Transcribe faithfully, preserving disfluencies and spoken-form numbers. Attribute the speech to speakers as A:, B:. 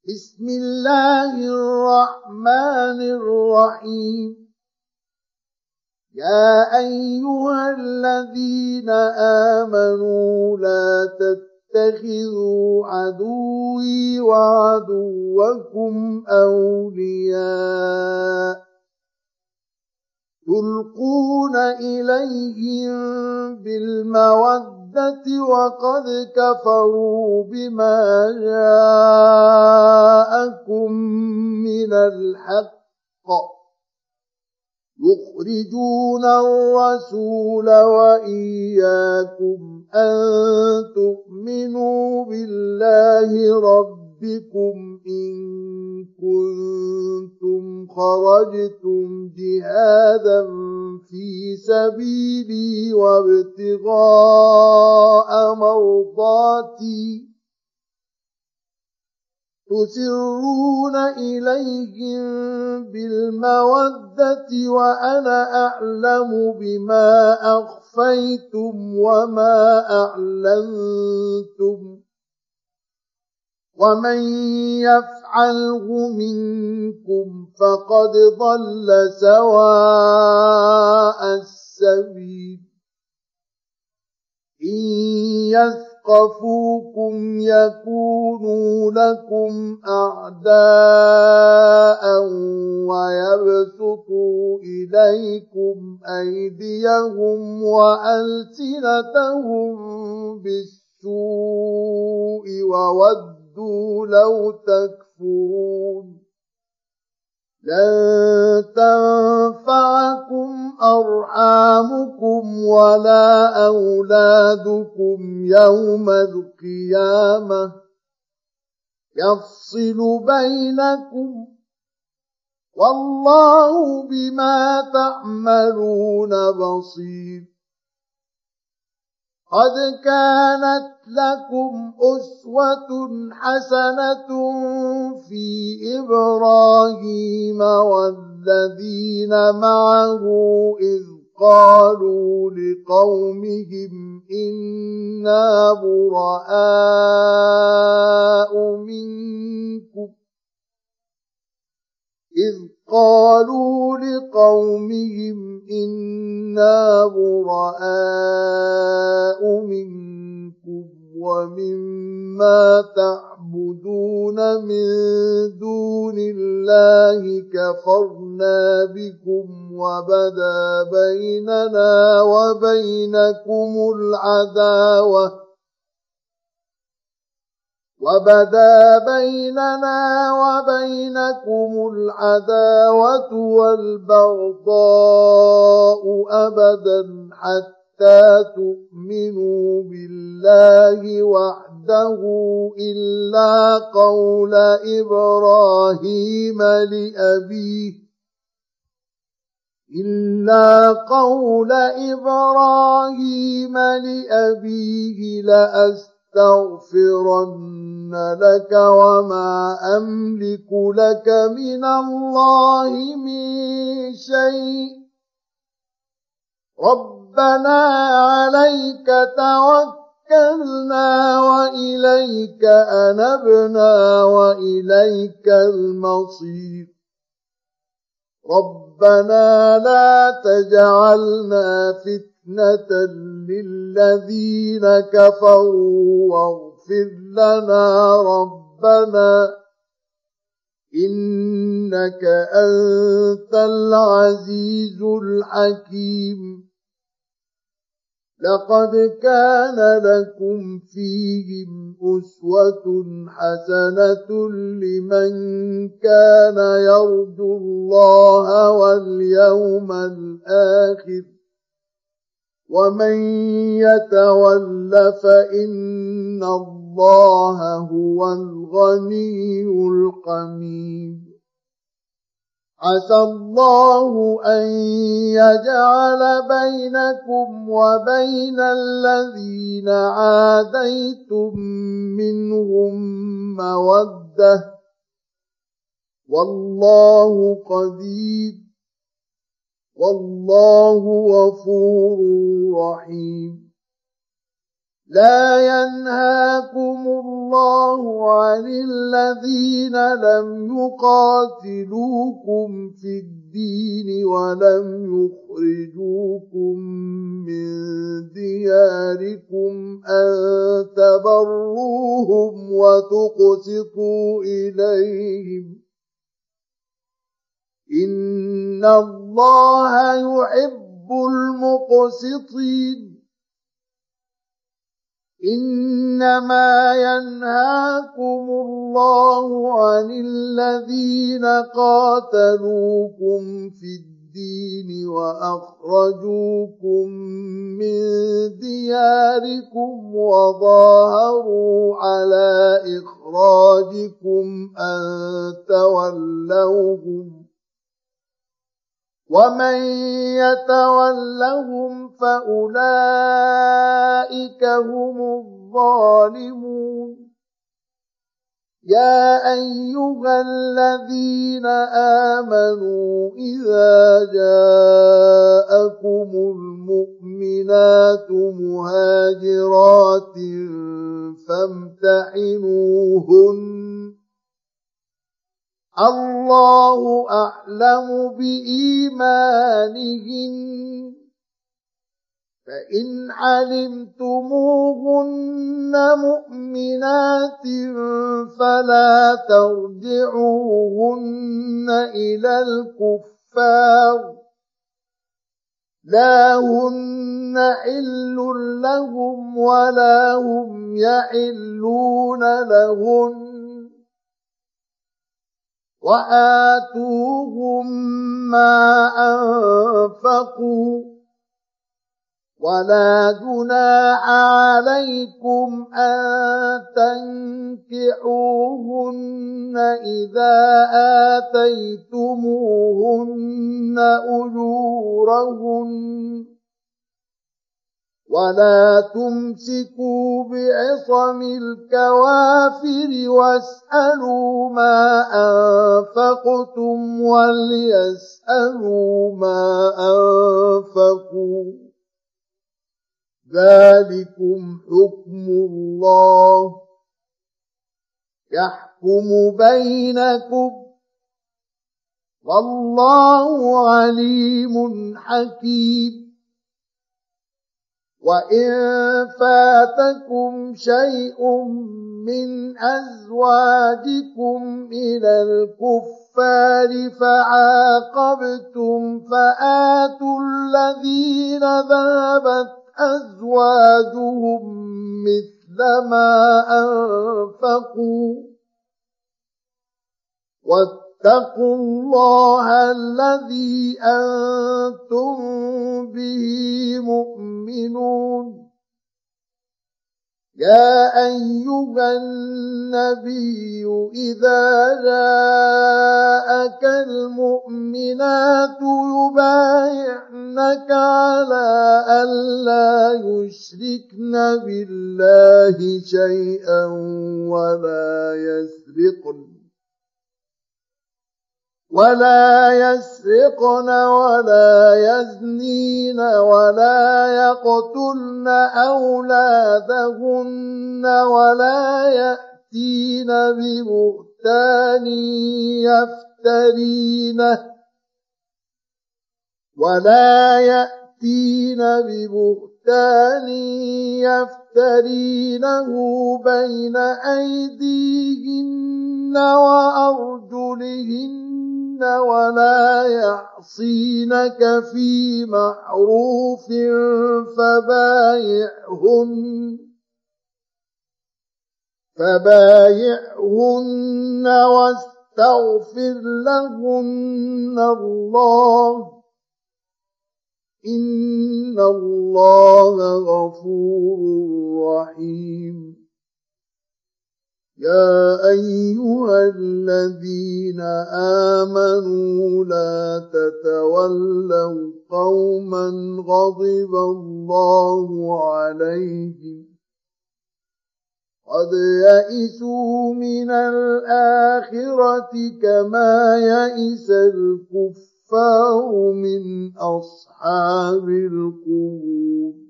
A: بسم الله الرحمن الرحيم. يا أيها الذين آمنوا لا تتخذوا عدوي وعدوكم أولياء تلقون إليهم بالمودة وقد كفروا بما جاءكم من الحق يخرجون الرسول وإياكم أن تؤمنوا بالله ربكم إن كنتم خرجتم جهادا في سبيلي وابتغاء مرضاتي تسرون إليهم بالمودة وأنا أعلم بما أخفيتم وما أعلنتم ومن يفعله منكم فقد ضل سواء السبيل. إن يثقفوكم يكونوا لكم أعداء ويبسطوا إليكم أيديهم وألسنتهم بالسوء وودوا لو تكفرون. لن تنفعكم أرحامكم ولا أولادكم يوم القيامة يفصل بينكم والله بما تعملون بصير. قد كانت لكم أسوة حسنة في إبراهيم والذين معه إذ قالوا لقومهم إنا براء منكم إذ قالوا لقومهم إنا براء منكم ومما تعبدون من دون الله كفرنا بكم وبدا بيننا وبينكم العداوة وبدا بيننا وبينكم العداوة والبغضاء أبدا حتى تؤمنوا بالله وحده إلا قول إبراهيم لأبيه إلا قول إبراهيم لأبيه لأستغفرن أستغفرن لك وما أملك لك من الله من شيء ربنا عليك توكلنا وإليك أنبنا وإليك المصير. ربنا لا تجعلنا فتنة للذين كفروا واغفر لنا ربنا إنك أنت العزيز الحكيم. لقد كان لكم فيهم أسوة حسنة لمن كان يرجو الله واليوم الآخر ومن يتول فإن الله هو الغني الحميد. عسى الله أن يجعل بينكم وبين الذين عاديتم منهم مودة والله قدير والله غفور رحيم. لا ينهاكم الله عن الذين لم يقاتلوكم في الدين ولم يخرجوكم من دياركم أن تبروهم وتقسطوا إليهم إن الله يحب المقسطين. إنما ينهاكم الله عن الذين قاتلوكم في الدين وأخرجوكم من دياركم وظاهروا على إخراجكم أن تولوهم ومن يتولهم فأولئك هم الظالمون. يا أيها الذين آمنوا إذا جاءكم المؤمنات مهاجرات فامتحنوهن الله أعلم بإيمانهن فإن علمتموهن مؤمنات فلا ترجعوهن إلى الكفار لا هن حل لهم ولا هم يحلون لهن وآتوهم ما أنفقوا ولا جناح عليكم أن تنكحوهن إذا آتيتموهن أجورهن ولا تمسكوا بعصم الكوافر واسألوا ما أنفقتم وليسألوا ما أنفقوا ذلكم حكم الله يحكم بينكم والله عليم حكيم. وإن فاتكم شيء من أزواجكم إلى الكفار فعاقبتم فآتوا الذين ذهبت أزواجهم مثل ما أنفقوا واتقوا الله الذي أنتم به مؤمنون. يا أيها النبي إذا جاءك المؤمنات يبايعنك على ألا يشركن بالله شيئا ولا يسرقن ولا يسرقن ولا يزنين ولا يقتلن أولادهن ولا يأتين ببهتان يفترينه ولا يأتين ببهتان يفترينه بين أيديهن وأرجلهن ولا يعصينك في معروف فبايعهن فبايعهن واستغفر لهن الله إن الله غفور رحيم. يا أيها الذين آمنوا لا تتولوا قوما غضب الله عليهم قد يئسوا من الآخرة كما يئس الكفار من أصحاب القبور.